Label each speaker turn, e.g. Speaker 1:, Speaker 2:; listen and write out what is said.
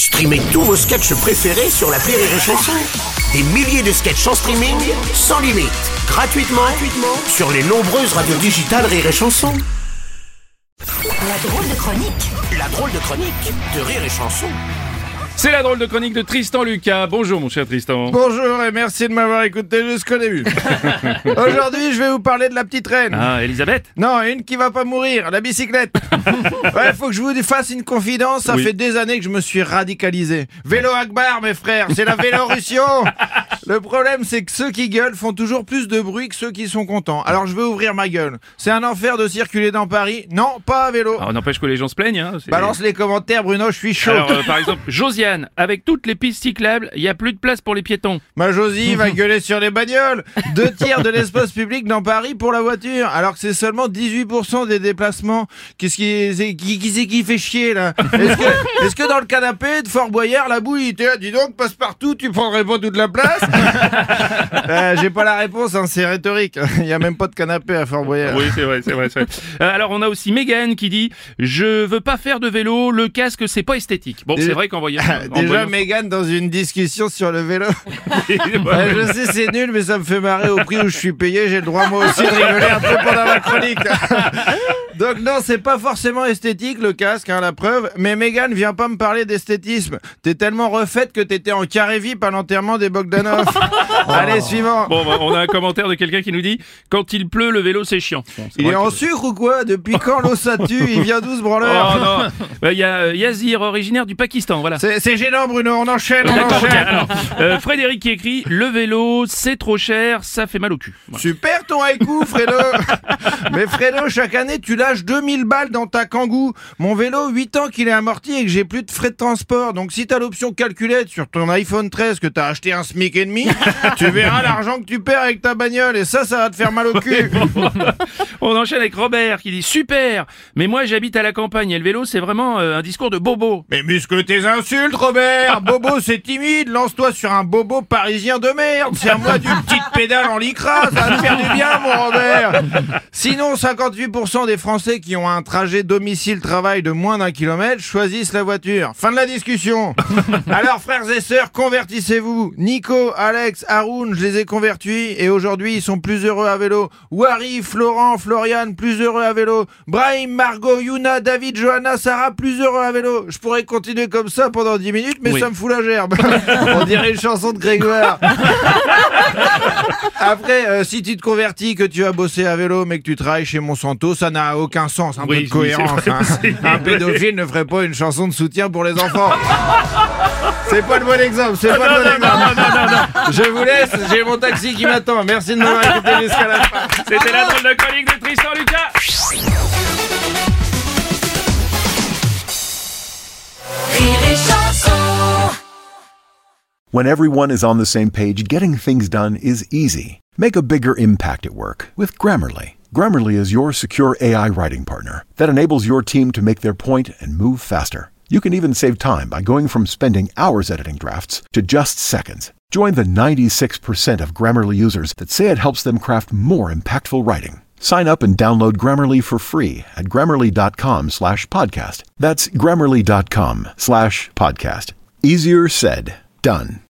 Speaker 1: Streamez tous vos sketchs préférés sur l'appli Rire et Chanson. Des milliers de sketchs en streaming, sans limite, gratuitement sur les nombreuses radios digitales Rire et Chanson.
Speaker 2: La drôle de chronique.
Speaker 1: La drôle de chronique de Rire et Chanson.
Speaker 3: C'est la drôle de chronique de Tristan Lucas. Bonjour mon cher Tristan.
Speaker 4: Bonjour et merci de m'avoir écouté jusqu'au début. Aujourd'hui, je vais vous parler de la petite reine.
Speaker 3: Ah, Elisabeth?
Speaker 4: Non, une qui va pas mourir, la bicyclette. Ouais, faut que je vous fasse une confidence, ça
Speaker 3: Oui.
Speaker 4: fait des années que je me suis radicalisé. Vélo Akbar, mes frères, c'est la Vélorussion. Le problème, c'est que ceux qui gueulent font toujours plus de bruit que ceux qui sont contents. Alors je vais ouvrir ma gueule. C'est un enfer de circuler dans Paris. Non, pas à vélo.
Speaker 3: Alors, n'empêche que les gens se plaignent. Hein, c'est-
Speaker 4: Balance les commentaires, Bruno, je suis chaud.
Speaker 3: Alors, par exemple, Josiane, avec toutes les pistes cyclables, il n'y a plus de place pour les piétons.
Speaker 4: Ma Josie va gueuler sur les bagnoles. 2/3 de l'espace public dans Paris pour la voiture, alors que c'est seulement 18% des déplacements. Qu'est-ce qui fait chier là? Est-ce que dans le canapé de Fort Boyard, la bouille, dis donc, passe partout, tu prendrais pas toute la place? J'ai pas la réponse, hein, c'est rhétorique. Il y a même pas de canapé à Fort Boyard.
Speaker 3: Oui, c'est vrai. Alors, on a aussi Mégane qui dit « Je veux pas faire de vélo, le casque, c'est pas esthétique. » Bon, c'est vrai qu'en voyant...
Speaker 4: Déjà, Mégane dans une discussion sur le vélo. Je sais, c'est nul, mais ça me fait marrer au prix où je suis payé. J'ai le droit, moi aussi, de rigoler un peu pendant la chronique. Donc non, c'est pas forcément esthétique, le casque, hein, la preuve. Mais Mégane, viens pas me parler d'esthétisme. T'es tellement refaite que t'étais en carré VIP à l'enterrement des Bogdanov. Allez, suivant.
Speaker 3: Bon, bah, on a un commentaire de quelqu'un qui nous dit « Quand il pleut, le vélo, c'est chiant. Bon, » c'est
Speaker 4: Il
Speaker 3: vrai
Speaker 4: est en
Speaker 3: que-
Speaker 4: sucre ou quoi? Depuis quand l'eau ça tue? Il vient d'où ce branleur?
Speaker 3: Oh non. Bah, il y a Yazir, originaire du Pakistan, voilà.
Speaker 4: C'est gênant, Bruno, on enchaîne.
Speaker 3: D'accord, ok. Alors, Frédéric qui écrit « Le vélo, c'est trop cher, ça fait mal au cul. » Voilà.
Speaker 4: Super ton haïku, Fredo. Mais Fredo, chaque année, tu lâches 2000 balles dans ta Kangoo. Mon vélo, 8 ans qu'il est amorti et que j'ai plus de frais de transport. Donc si t'as l'option calculette sur ton iPhone 13 que t'as acheté un SMIC et demi, tu verras l'argent que tu perds avec ta bagnole. Et ça va te faire mal au cul.
Speaker 3: On enchaîne avec Robert qui dit « Super, mais moi j'habite à la campagne et le vélo, c'est vraiment un discours de bobo. »
Speaker 4: Mais muscle tes insultes, Robert. Bobo, c'est timide. Lance-toi sur un bobo parisien de merde. Serre-moi d'une petite pédale en lycra. Ça va te faire du bien, mon Robert. Sinon, 58% des Français qui ont un trajet domicile-travail de moins d'1 kilomètre choisissent la voiture. Fin de la discussion. Alors, frères et sœurs, convertissez-vous. Nico, Alex, Haroun, je les ai convertis et aujourd'hui, ils sont plus heureux à vélo. Wari, Florent, Florian, plus heureux à vélo. Brahim, Margot, Yuna, David, Johanna, Sarah, plus heureux à vélo. Je pourrais continuer comme ça pendant 10 minutes, mais
Speaker 3: Oui.
Speaker 4: ça me fout la gerbe. On dirait une chanson de Grégoire. Après, si tu te convertis, que tu vas bosser à vélo, mais que tu travailles chez Monsanto, ça n'a aucun sens. Un peu de cohérence.
Speaker 3: c'est vrai,
Speaker 4: Hein.
Speaker 3: c'est
Speaker 4: Un pédophile ne ferait pas une chanson de soutien pour les enfants. C'est pas le bon exemple. C'est pas le bon exemple. Je vous laisse. J'ai mon taxi qui m'attend. Merci de m'avoir écouté jusqu'à la fin.
Speaker 3: C'était la drôle de chronique de Tristan Lucas.
Speaker 2: Rire et chanson.
Speaker 5: When everyone is on the same page, getting things done is easy. Make a bigger impact at work with Grammarly. Grammarly is your secure AI writing partner that enables your team to make their point and move faster. You can even save time by going from spending hours editing drafts to just seconds. Join the 96% of Grammarly users that say it helps them craft more impactful writing. Sign up and download Grammarly for free at Grammarly.com/podcast. That's Grammarly.com/podcast. Easier said, done.